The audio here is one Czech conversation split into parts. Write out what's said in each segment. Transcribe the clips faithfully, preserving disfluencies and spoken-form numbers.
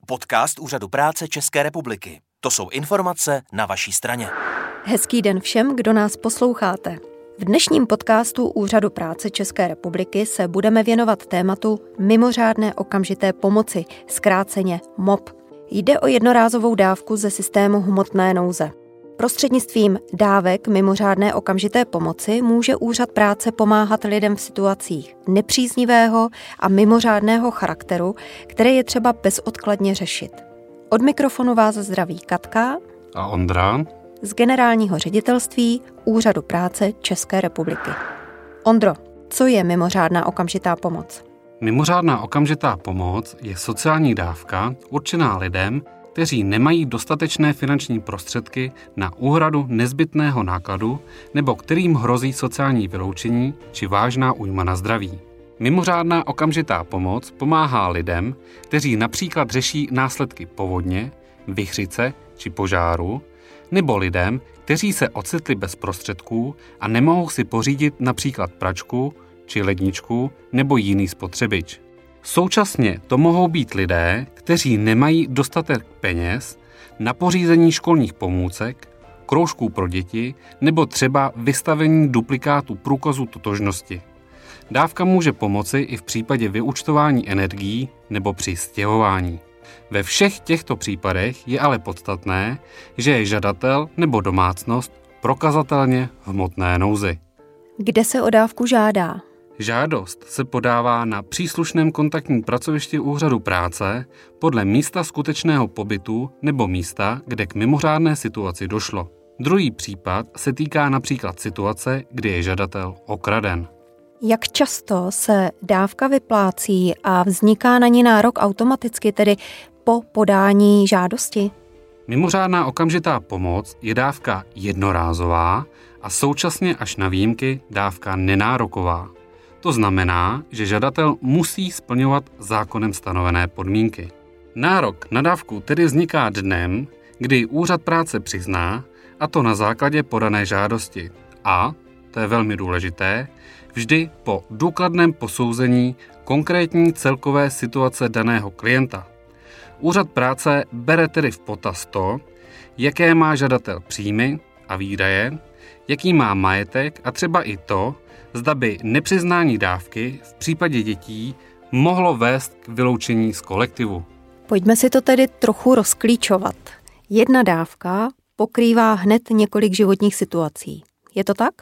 Podcast Úřadu práce České republiky. To jsou informace na vaší straně. Hezký den všem, kdo nás posloucháte. V dnešním podcastu Úřadu práce České republiky se budeme věnovat tématu mimořádné okamžité pomoci, zkráceně M O P. Jde o jednorázovou dávku ze systému hmotné nouze. Prostřednictvím dávek mimořádné okamžité pomoci může Úřad práce pomáhat lidem v situacích nepříznivého a mimořádného charakteru, které je třeba bezodkladně řešit. Od mikrofonu vás zdraví Katka a Ondra z Generálního ředitelství Úřadu práce České republiky. Ondro, co je mimořádná okamžitá pomoc? Mimořádná okamžitá pomoc je sociální dávka určená lidem, kteří nemají dostatečné finanční prostředky na úhradu nezbytného nákladu nebo kterým hrozí sociální vyloučení či vážná újma na zdraví. Mimořádná okamžitá pomoc pomáhá lidem, kteří například řeší následky povodně, vichřice či požáru, nebo lidem, kteří se ocitli bez prostředků a nemohou si pořídit například pračku či ledničku nebo jiný spotřebič. Současně to mohou být lidé, kteří nemají dostatek peněz na pořízení školních pomůcek, kroužků pro děti nebo třeba vystavení duplikátu průkazu totožnosti. Dávka může pomoci i v případě vyúčtování energií nebo při stěhování. Ve všech těchto případech je ale podstatné, že je žadatel nebo domácnost prokazatelně v hmotné nouzi. Kde se o dávku žádá? Žádost se podává na příslušném kontaktním pracovišti Úřadu práce podle místa skutečného pobytu nebo místa, kde k mimořádné situaci došlo. Druhý případ se týká například situace, kdy je žadatel okraden. Jak často se dávka vyplácí a vzniká na ní nárok automaticky, tedy po podání žádosti? Mimořádná okamžitá pomoc je dávka jednorázová a současně až na výjimky dávka nenároková. To znamená, že žadatel musí splňovat zákonem stanovené podmínky. Nárok na dávku tedy vzniká dnem, kdy Úřad práce přizná, a to na základě podané žádosti. A, to je velmi důležité, vždy po důkladném posouzení konkrétní celkové situace daného klienta. Úřad práce bere tedy v potaz to, jaké má žadatel příjmy a výdaje, jaký má majetek a třeba i to, zda by nepřiznání dávky v případě dětí mohlo vést k vyloučení z kolektivu. Pojďme si to tedy trochu rozklíčovat. Jedna dávka pokrývá hned několik životních situací. Je to tak?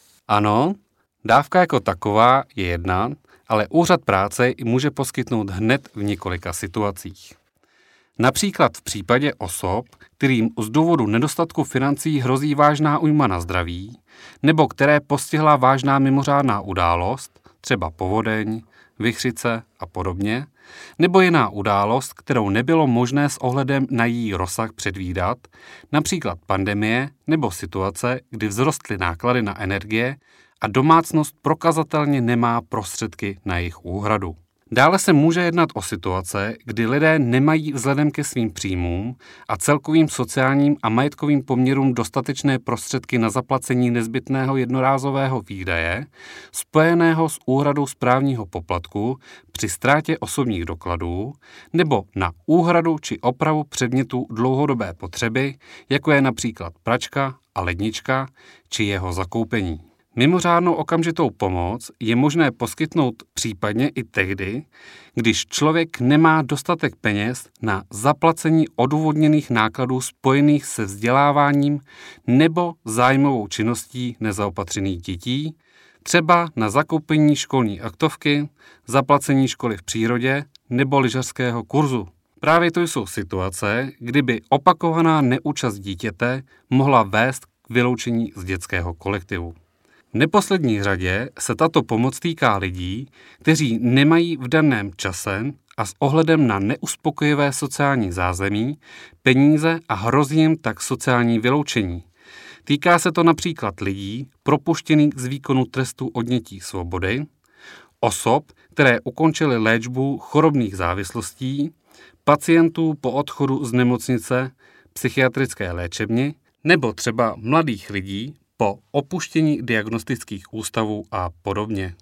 Ano, dávka jako taková je jedna, ale Úřad práce ji může poskytnout hned v několika situacích. Například v případě osob, kterým z důvodu nedostatku financí hrozí vážná újma na zdraví, nebo které postihla vážná mimořádná událost, třeba povodeň, vichřice a podobně, nebo jiná událost, kterou nebylo možné s ohledem na její rozsah předvídat, například pandemie nebo situace, kdy vzrostly náklady na energie a domácnost prokazatelně nemá prostředky na jejich úhradu. Dále se může jednat o situace, kdy lidé nemají vzhledem ke svým příjmům a celkovým sociálním a majetkovým poměrům dostatečné prostředky na zaplacení nezbytného jednorázového výdaje spojeného s úhradou správního poplatku při ztrátě osobních dokladů nebo na úhradu či opravu předmětů dlouhodobé potřeby, jako je například pračka a lednička či jeho zakoupení. Mimořádnou okamžitou pomoc je možné poskytnout případně i tehdy, když člověk nemá dostatek peněz na zaplacení odůvodněných nákladů spojených se vzděláváním nebo zájmovou činností nezaopatřených dětí, třeba na zakoupení školní aktovky, zaplacení školy v přírodě nebo lyžařského kurzu. Právě to jsou situace, kdyby opakovaná neúčast dítěte mohla vést k vyloučení z dětského kolektivu. V neposlední řadě se tato pomoc týká lidí, kteří nemají v daném čase a s ohledem na neuspokojivé sociální zázemí peníze a hrozí jim tak sociální vyloučení. Týká se to například lidí propuštěných z výkonu trestu odnětí svobody, osob, které ukončily léčbu chorobných závislostí, pacientů po odchodu z nemocnice, psychiatrické léčebny nebo třeba mladých lidí po opuštění diagnostických ústavů a podobně.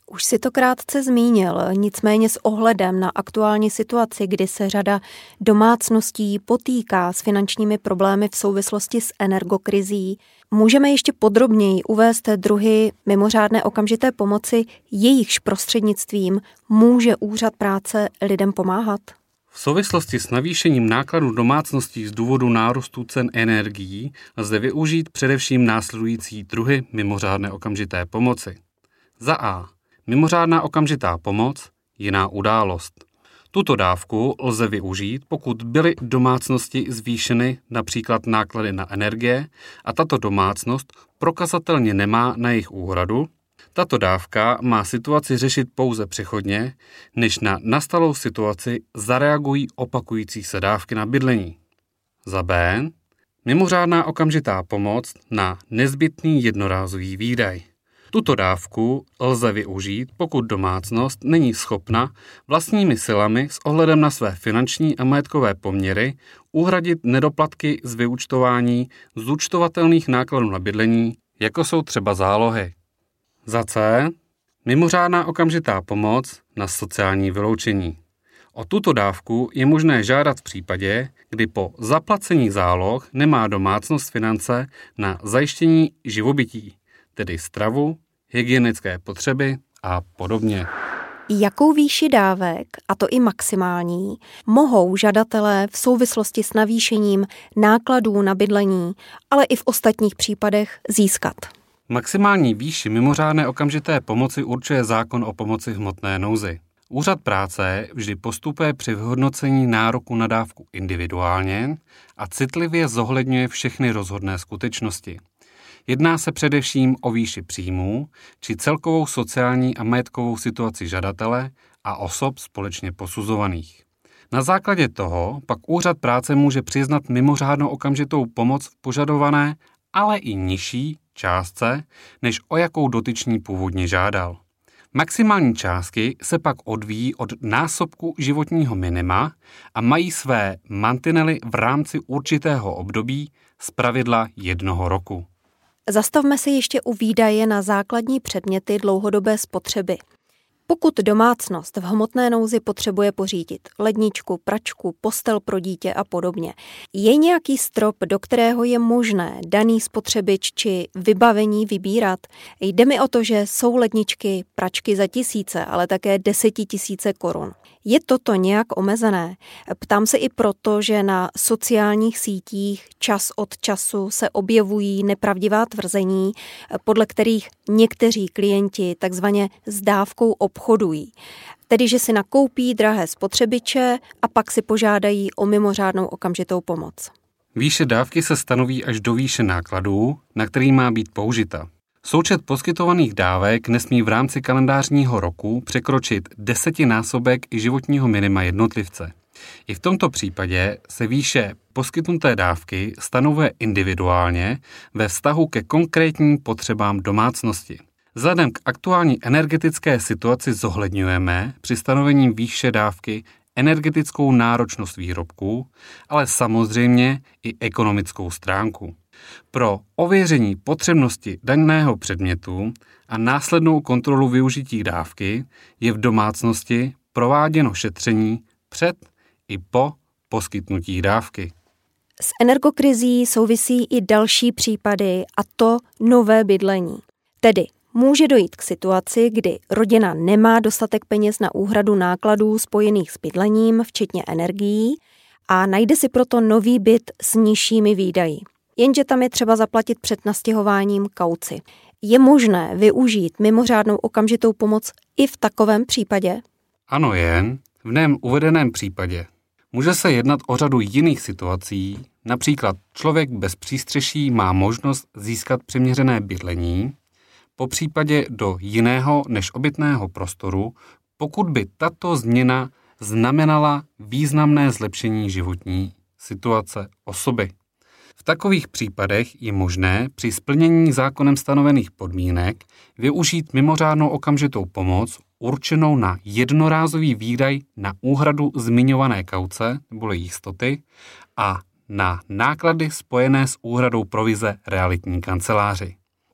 Už si to krátce zmínil, nicméně s ohledem na aktuální situaci, kdy se řada domácností potýká s finančními problémy v souvislosti s energokrizí, můžeme ještě podrobněji uvést druhy mimořádné okamžité pomoci, jejichž prostřednictvím může Úřad práce lidem pomáhat? V souvislosti s navýšením nákladů domácností z důvodu nárůstu cen energií lze využít především následující druhy mimořádné okamžité pomoci. Za A. Mimořádná okamžitá pomoc, jiná událost. Tuto dávku lze využít, pokud byly domácnosti zvýšeny například náklady na energie a tato domácnost prokazatelně nemá na jejich úhradu. Tato dávka má situaci řešit pouze přechodně, než na nastalou situaci zareagují opakující se dávky na bydlení. Za B. Mimořádná okamžitá pomoc na nezbytný jednorázový výdaj. Tuto dávku lze využít, pokud domácnost není schopna vlastními silami s ohledem na své finanční a majetkové poměry uhradit nedoplatky z vyúčtování zúčtovatelných nákladů na bydlení, jako jsou třeba zálohy. Za C. Mimořádná okamžitá pomoc na sociální vyloučení. O tuto dávku je možné žádat v případě, kdy po zaplacení záloh nemá domácnost finance na zajištění živobytí, tedy stravu, hygienické potřeby a podobně. Jakou výši dávek, a to i maximální, mohou žadatelé v souvislosti s navýšením nákladů na bydlení, ale i v ostatních případech získat? Maximální výši mimořádné okamžité pomoci určuje zákon o pomoci v hmotné nouzi. Úřad práce vždy postupuje při vyhodnocení nároku na dávku individuálně a citlivě zohledňuje všechny rozhodné skutečnosti. Jedná se především o výši příjmů či celkovou sociální a majetkovou situaci žadatele a osob společně posuzovaných. Na základě toho pak Úřad práce může přiznat mimořádnou okamžitou pomoc v požadované, ale i nižší částce, než o jakou dotyčný původně žádal. Maximální částky se pak odvíjí od násobku životního minima a mají své mantinely v rámci určitého období, zpravidla jednoho roku. Zastavme se ještě u výdaje na základní předměty dlouhodobé spotřeby. Pokud domácnost v hmotné nouzi potřebuje pořídit ledničku, pračku, postel pro dítě a podobně, je nějaký strop, do kterého je možné daný spotřebič či vybavení vybírat? Jde mi o to, že jsou ledničky, pračky za tisíce, ale také desetitisíce korun. Je toto nějak omezené? Ptám se i proto, že na sociálních sítích čas od času se objevují nepravdivá tvrzení, podle kterých někteří klienti takzvaně s dávkou obchodují. Tedy, že si nakoupí drahé spotřebiče a pak si požádají o mimořádnou okamžitou pomoc. Výše dávky se stanoví až do výše nákladů, na který má být použita. Součet poskytovaných dávek nesmí v rámci kalendářního roku překročit desetinásobek životního minima jednotlivce. I v tomto případě se výše poskytnuté dávky stanovuje individuálně ve vztahu ke konkrétním potřebám domácnosti. Vzhledem k aktuální energetické situaci zohledňujeme při stanovení výše dávky energetickou náročnost výrobků, ale samozřejmě i ekonomickou stránku. Pro ověření potřebnosti daného předmětu a následnou kontrolu využití dávky je v domácnosti prováděno šetření před i po poskytnutí dávky. S energokrizí souvisí i další případy, a to nové bydlení. Tedy může dojít k situaci, kdy rodina nemá dostatek peněz na úhradu nákladů spojených s bydlením, včetně energií, a najde si proto nový byt s nižšími výdaji. Jenže tam je třeba zaplatit před nastěhováním kauci. Je možné využít mimořádnou okamžitou pomoc i v takovém případě? Ano, jen v mém uvedeném případě. Může se jednat o řadu jiných situací, například člověk bez přístřeší má možnost získat přiměřené bydlení, po případě do jiného než obytného prostoru, pokud by tato změna znamenala významné zlepšení životní situace osoby. V takových případech je možné při splnění zákonem stanovených podmínek využít mimořádnou okamžitou pomoc určenou na jednorázový výdaj na úhradu zmiňované kauce nebo jistoty a na náklady spojené s úhradou provize realitní kanceláři.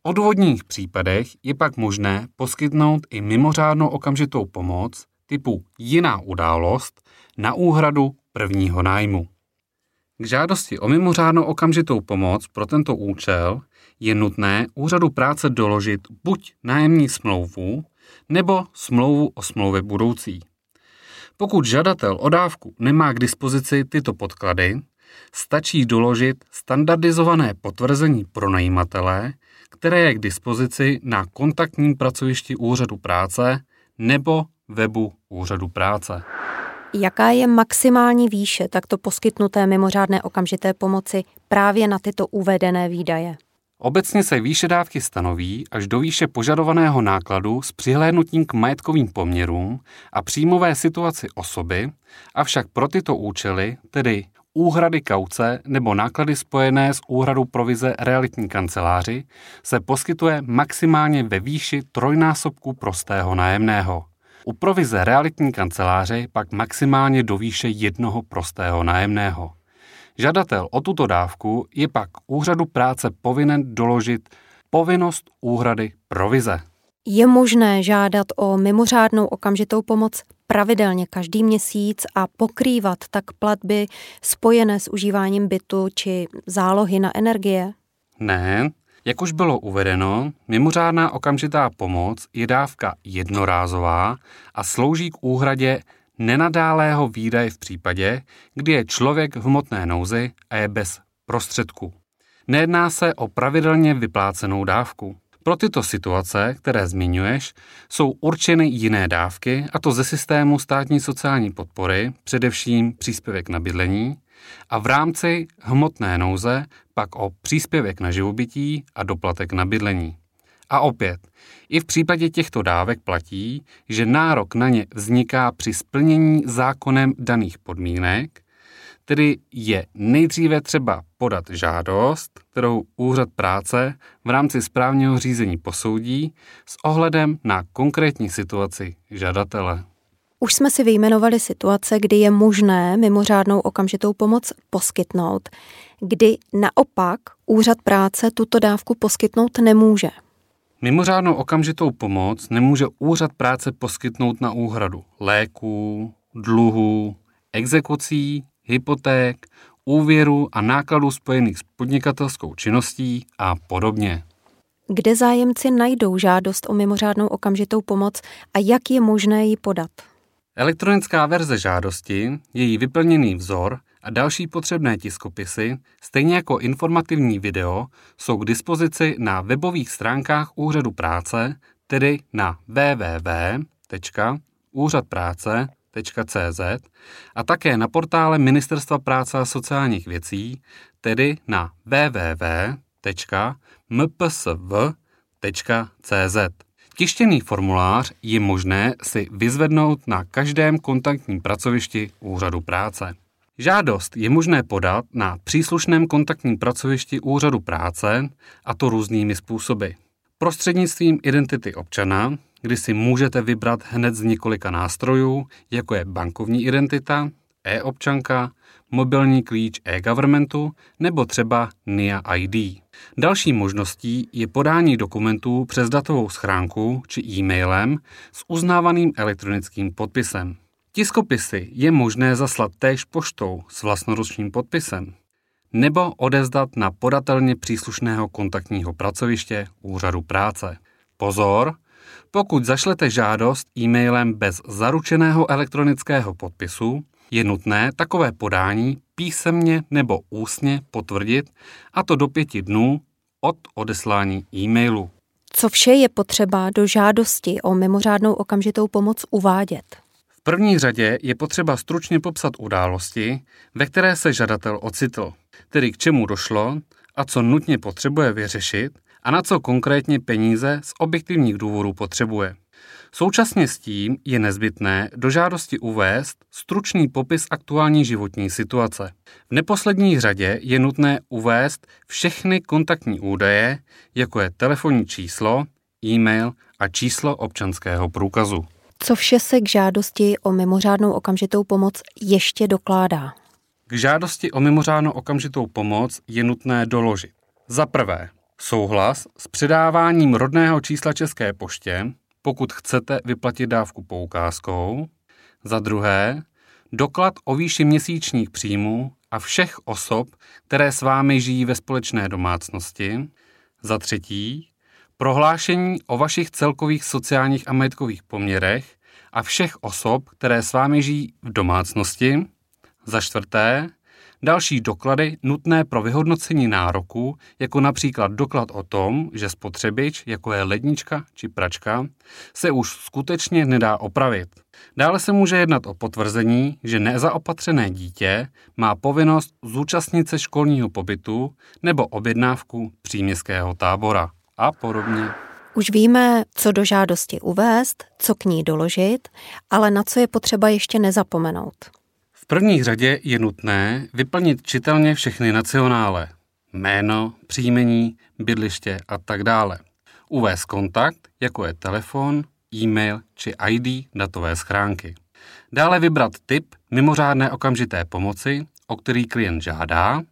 odůvodněných případech je pak možné poskytnout i mimořádnou okamžitou pomoc typu jiná událost na úhradu prvního nájmu. K žádosti o mimořádnou okamžitou pomoc pro tento účel je nutné úřadu práce doložit buď nájemní smlouvu nebo smlouvu o smlouvě budoucí. Pokud žadatel o dávku nemá k dispozici tyto podklady, stačí doložit standardizované potvrzení pronajímatele, které je k dispozici na kontaktním pracovišti úřadu práce nebo webu úřadu práce. Jaká je maximální výše takto poskytnuté mimořádné okamžité pomoci právě na tyto uvedené výdaje? Obecně se výše dávky stanoví až do výše požadovaného nákladu s přihlédnutím k majetkovým poměrům a příjmové situaci osoby, avšak pro tyto účely, tedy úhrady kauce nebo náklady spojené s úhradou provize realitní kanceláři, se poskytuje maximálně ve výši trojnásobku prostého nájemného. U provize realitní kanceláře pak maximálně do výše jednoho prostého nájemného. Žadatel o tuto dávku je pak úřadu práce povinen doložit povinnost úhrady provize. Je možné žádat o mimořádnou okamžitou pomoc pravidelně každý měsíc a pokrývat tak platby spojené s užíváním bytu či zálohy na energie? Ne, jak už bylo uvedeno, mimořádná okamžitá pomoc je dávka jednorázová a slouží k úhradě nenadálého výdaje v případě, kdy je člověk v hmotné nouzi a je bez prostředků. Nejedná se o pravidelně vyplácenou dávku. Pro tyto situace, které zmiňuješ, jsou určeny jiné dávky, a to ze systému státní sociální podpory, především příspěvek na bydlení, a v rámci hmotné nouze pak o příspěvek na živobytí a doplatek na bydlení. A opět, i v případě těchto dávek platí, že nárok na ně vzniká při splnění zákonem daných podmínek, tedy je nejdříve třeba podat žádost, kterou úřad práce v rámci správního řízení posoudí s ohledem na konkrétní situaci žadatele. Už jsme si vyjmenovali situace, kdy je možné mimořádnou okamžitou pomoc poskytnout, kdy naopak úřad práce tuto dávku poskytnout nemůže. Mimořádnou okamžitou pomoc nemůže úřad práce poskytnout na úhradu léků, dluhů, exekucí, hypoték, úvěru a nákladů spojených s podnikatelskou činností a podobně. Kde zájemci najdou žádost o mimořádnou okamžitou pomoc a jak je možné ji podat? Elektronická verze žádosti, její vyplněný vzor a další potřebné tiskopisy, stejně jako informativní video, jsou k dispozici na webových stránkách úřadu práce, tedy na w w w tečka úřad práce tečka c z a také na portále Ministerstva práce a sociálních věcí, tedy na w w w tečka m p s v tečka c z. Tištěný formulář je možné si vyzvednout na každém kontaktním pracovišti úřadu práce. Žádost je možné podat na příslušném kontaktním pracovišti úřadu práce, a to různými způsoby. Prostřednictvím identity občana, kdy si můžete vybrat hned z několika nástrojů, jako je bankovní identita, e-občanka, mobilní klíč e-governmentu nebo třeba N I A I D. Další možností je podání dokumentů přes datovou schránku či e-mailem s uznávaným elektronickým podpisem. Tiskopisy je možné zaslat též poštou s vlastnoručním podpisem nebo odevzdat na podatelně příslušného kontaktního pracoviště úřadu práce. Pozor! Pokud zašlete žádost e-mailem bez zaručeného elektronického podpisu, je nutné takové podání písemně nebo ústně potvrdit, a to do pěti dnů od odeslání e-mailu. Co vše je potřeba do žádosti o mimořádnou okamžitou pomoc uvádět? V první řadě je potřeba stručně popsat události, ve které se žadatel ocitl, tedy k čemu došlo a co nutně potřebuje vyřešit a na co konkrétně peníze z objektivních důvodů potřebuje. Současně s tím je nezbytné do žádosti uvést stručný popis aktuální životní situace. V neposlední řadě je nutné uvést všechny kontaktní údaje, jako je telefonní číslo, e-mail a číslo občanského průkazu. Co vše se k žádosti o mimořádnou okamžitou pomoc ještě dokládá? K žádosti o mimořádnou okamžitou pomoc je nutné doložit za prvé Souhlas s předáváním rodného čísla České poště, pokud chcete vyplatit dávku poukázkou. Za druhé, doklad o výši měsíčních příjmů a všech osob, které s vámi žijí ve společné domácnosti. Za třetí, prohlášení o vašich celkových sociálních a majetkových poměrech a všech osob, které s vámi žijí v domácnosti. Za čtvrté, další doklady nutné pro vyhodnocení nároku, jako například doklad o tom, že spotřebič, jako je lednička či pračka, se už skutečně nedá opravit. Dále se může jednat o potvrzení, že nezaopatřené dítě má povinnost zúčastnit se školního pobytu nebo objednávku příměstského tábora a podobně. Už víme, co do žádosti uvést, co k ní doložit, ale na co je potřeba ještě nezapomenout. V první řadě je nutné vyplnit čitelně všechny nacionále, jméno, příjmení, bydliště a tak dále. Uvést kontakt, jako je telefon, e-mail či í dé datové schránky. Dále vybrat typ mimořádné okamžité pomoci, o který klient žádá,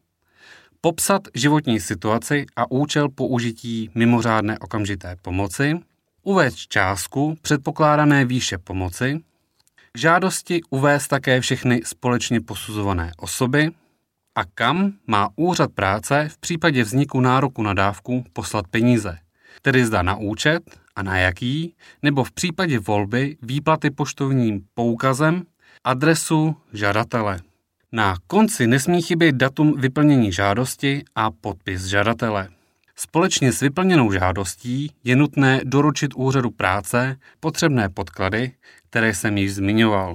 popsat životní situaci a účel použití mimořádné okamžité pomoci, uvést částku předpokládané výše pomoci, k žádosti uvést také všechny společně posuzované osoby a kam má úřad práce v případě vzniku nároku na dávku poslat peníze, tedy zda na účet a na jaký, nebo v případě volby výplaty poštovním poukazem adresu žadatele. Na konci nesmí chybět datum vyplnění žádosti a podpis žadatele. Společně s vyplněnou žádostí je nutné doručit úřadu práce potřebné podklady, které jsem již zmiňoval.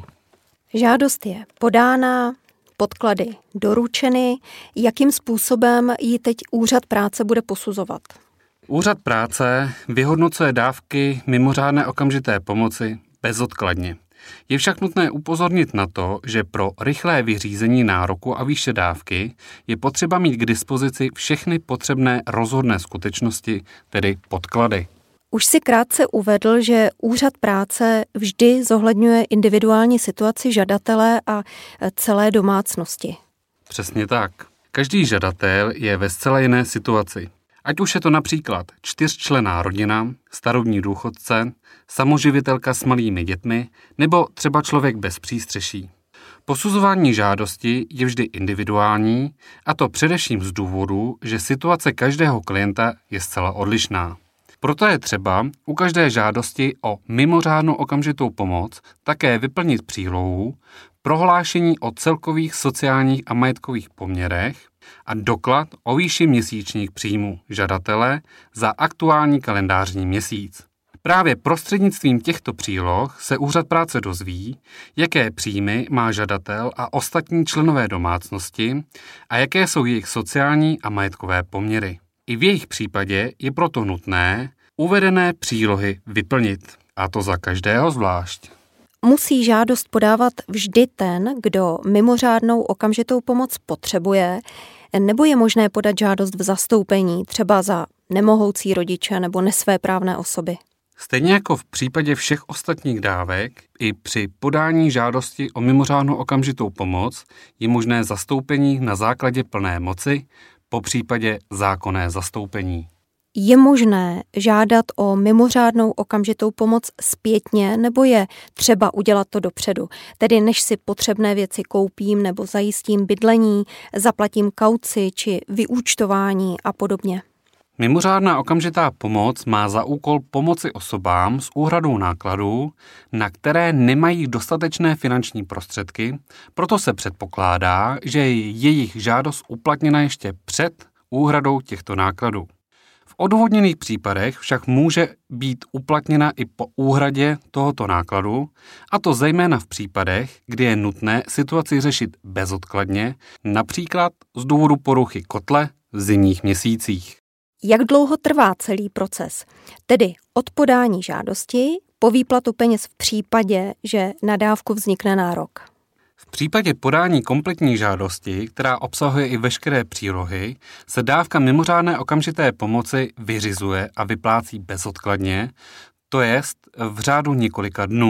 Žádost je podána, podklady doručeny. Jakým způsobem ji teď úřad práce bude posuzovat? Úřad práce vyhodnocuje dávky mimořádné okamžité pomoci bezodkladně. Je však nutné upozornit na to, že pro rychlé vyřízení nároku a výše dávky je potřeba mít k dispozici všechny potřebné rozhodné skutečnosti, tedy podklady. Už si krátce uvedl, že úřad práce vždy zohledňuje individuální situaci žadatele a celé domácnosti. Přesně tak. Každý žadatel je ve zcela jiné situaci. Ať už je to například čtyřčlenná rodina, starobní důchodce, samoživitelka s malými dětmi nebo třeba člověk bez přístřeší. Posuzování žádosti je vždy individuální, a to především z důvodu, že situace každého klienta je zcela odlišná. Proto je třeba u každé žádosti o mimořádnou okamžitou pomoc také vyplnit přílohu, prohlášení o celkových sociálních a majetkových poměrech a doklad o výši měsíčních příjmů žadatele za aktuální kalendářní měsíc. Právě prostřednictvím těchto příloh se úřad práce dozví, jaké příjmy má žadatel a ostatní členové domácnosti a jaké jsou jejich sociální a majetkové poměry. I v jejich případě je proto nutné uvedené přílohy vyplnit, a to za každého zvlášť. Musí žádost podávat vždy ten, kdo mimořádnou okamžitou pomoc potřebuje, nebo je možné podat žádost v zastoupení, třeba za nemohoucí rodiče nebo nesvéprávné osoby? Stejně jako v případě všech ostatních dávek, i při podání žádosti o mimořádnou okamžitou pomoc je možné zastoupení na základě plné moci, po případě zákonné zastoupení. Je možné žádat o mimořádnou okamžitou pomoc zpětně, nebo je třeba udělat to dopředu? Tedy než si potřebné věci koupím nebo zajistím bydlení, zaplatím kauci či vyúčtování a podobně. Mimořádná okamžitá pomoc má za úkol pomoci osobám s úhradou nákladů, na které nemají dostatečné finanční prostředky, proto se předpokládá, že je jejich žádost uplatněna ještě před úhradou těchto nákladů. V odůvodněných případech však může být uplatněna i po úhradě tohoto nákladu, a to zejména v případech, kdy je nutné situaci řešit bezodkladně, například z důvodu poruchy kotle v zimních měsících. Jak dlouho trvá celý proces? Tedy od podání žádosti po výplatu peněz v případě, že na dávku vznikne nárok. V případě podání kompletní žádosti, která obsahuje i veškeré přílohy, se dávka mimořádné okamžité pomoci vyřizuje a vyplácí bezodkladně, to jest v řádu několika dnů.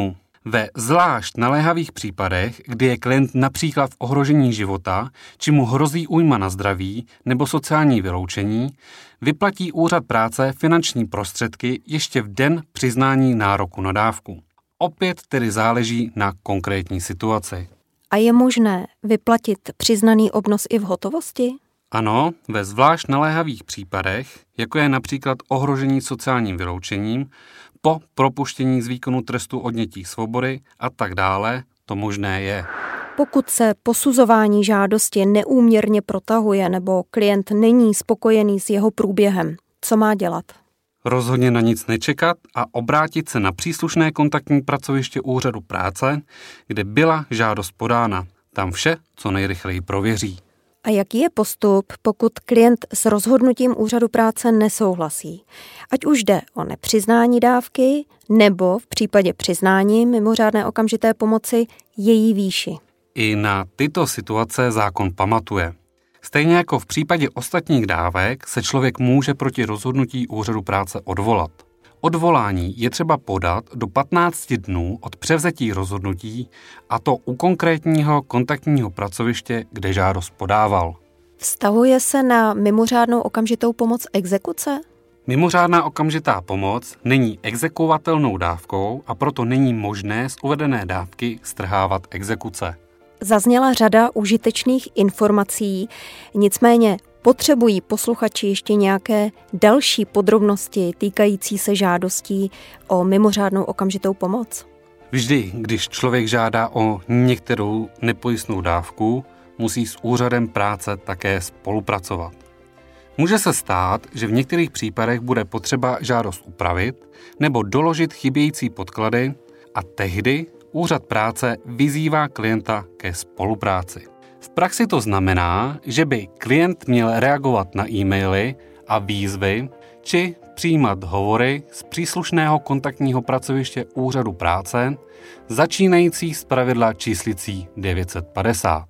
Ve zvlášť naléhavých případech, kdy je klient například v ohrožení života, či mu hrozí újma na zdraví nebo sociální vyloučení, vyplatí úřad práce finanční prostředky ještě v den přiznání nároku na dávku. Opět tedy záleží na konkrétní situaci. A je možné vyplatit přiznaný obnos i v hotovosti? Ano, ve zvlášť naléhavých případech, jako je například ohrožení sociálním vyloučením, po propuštění z výkonu trestu odnětí svobody a tak dále, to možné je. Pokud se posuzování žádosti neúměrně protahuje nebo klient není spokojený s jeho průběhem, co má dělat? Rozhodně na nic nečekat a obrátit se na příslušné kontaktní pracoviště úřadu práce, kde byla žádost podána. Tam vše co nejrychleji prověří. A jaký je postup, pokud klient s rozhodnutím úřadu práce nesouhlasí? Ať už jde o nepřiznání dávky, nebo v případě přiznání mimořádné okamžité pomoci její výši. I na tyto situace zákon pamatuje. Stejně jako v případě ostatních dávek se člověk může proti rozhodnutí úřadu práce odvolat. Odvolání je třeba podat do patnácti dnů od převzetí rozhodnutí, a to u konkrétního kontaktního pracoviště, kde žádost podával. Vztahuje se na mimořádnou okamžitou pomoc exekuce? Mimořádná okamžitá pomoc není exekuovatelnou dávkou a proto není možné z uvedené dávky strhávat exekuce. Zazněla řada užitečných informací, nicméně potřebují posluchači ještě nějaké další podrobnosti týkající se žádostí o mimořádnou okamžitou pomoc? Vždy, když člověk žádá o některou nepojistnou dávku, musí s úřadem práce také spolupracovat. Může se stát, že v některých případech bude potřeba žádost upravit nebo doložit chybějící podklady a tehdy úřad práce vyzývá klienta ke spolupráci. V praxi to znamená, že by klient měl reagovat na e-maily a výzvy či přijímat hovory z příslušného kontaktního pracoviště úřadu práce, začínající zpravidla číslicí devět set padesát.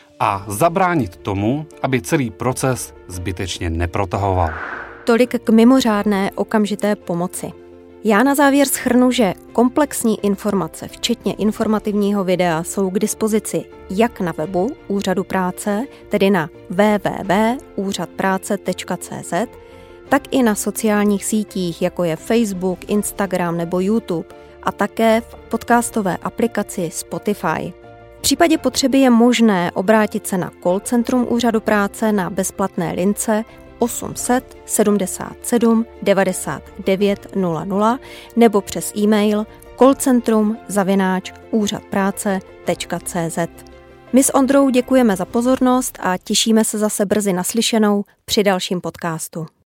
A zabránit tomu, aby celý proces zbytečně neprotahoval. Tolik k mimořádné okamžité pomoci. Já na závěr shrnu, že komplexní informace, včetně informativního videa, jsou k dispozici jak na webu Úřadu práce, tedy na w w w tečka úřad práce tečka c z, tak i na sociálních sítích, jako je Facebook, Instagram nebo YouTube, a také v podcastové aplikaci Spotify. V případě potřeby je možné obrátit se na call centrum Úřadu práce na bezplatné lince osm set sedmdesát sedm devadesát devět nula nula nebo přes e-mail callcentrum zavináč úřad práce tečka c z. My s Ondrou děkujeme za pozornost a těšíme se zase brzy naslyšenou při dalším podcastu.